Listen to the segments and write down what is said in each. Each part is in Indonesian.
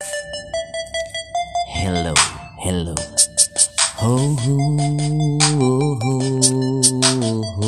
Hello, hello. Ho ho ho ho.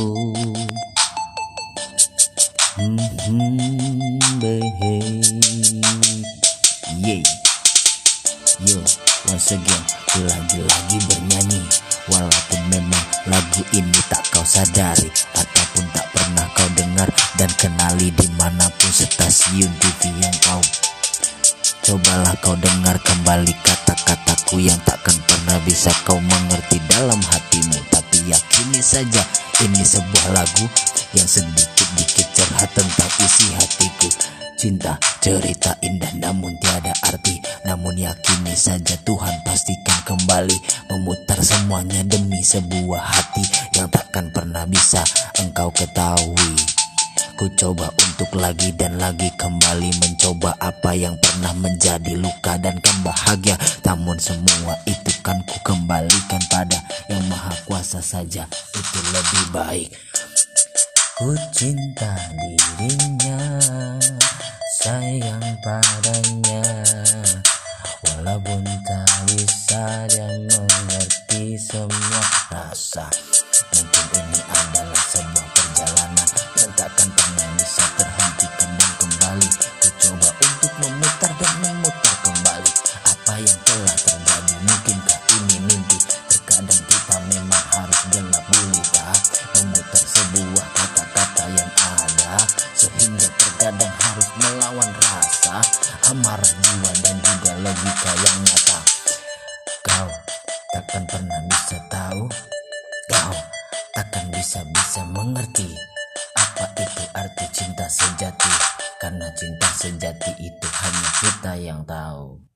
Yeah. Yo, once again, lagi-lagi bernyanyi. Walaupun memang lagu ini tak kau sadari ataupun tak pernah kau dengar dan kenali dimanapun stasiun TV yang kau. Cobalah kau dengar kembali kata-kataku yang takkan pernah bisa kau mengerti dalam hatimu. Tapi yakini saja ini sebuah lagu yang sedikit-dikit curhat tentang isi hatiku. Cinta, cerita indah namun tiada arti. Namun yakini saja Tuhan pastikan kembali memutar semuanya demi sebuah hati yang takkan pernah bisa engkau ketahui. Ku coba untuk lagi dan lagi kembali mencoba apa yang pernah menjadi luka dan kan bahagia. Namun semua itu kan ku kembalikan pada yang maha kuasa saja, itu lebih baik. Ku cinta dirinya, sayang padanya, walaupun tak bisa dia mengerti semua rasa. Mungkin ini adalah sebuah perjalanan yang takkan pernah bisa terhentikan dan kembali. Ku coba untuk memutar dan memutar kembali apa yang telah terjadi. Mungkinkah ini mimpi? Terkadang kita memang harus gelap gulita memutar sebuah kata-kata yang ada, sehingga terkadang harus melawan rasa, amarah jiwa dan juga logika yang nyata. Kau takkan pernah bisa tahu, kau takkan bisa mengerti apa itu arti cinta sejati. Karena cinta sejati itu hanya kita yang tahu.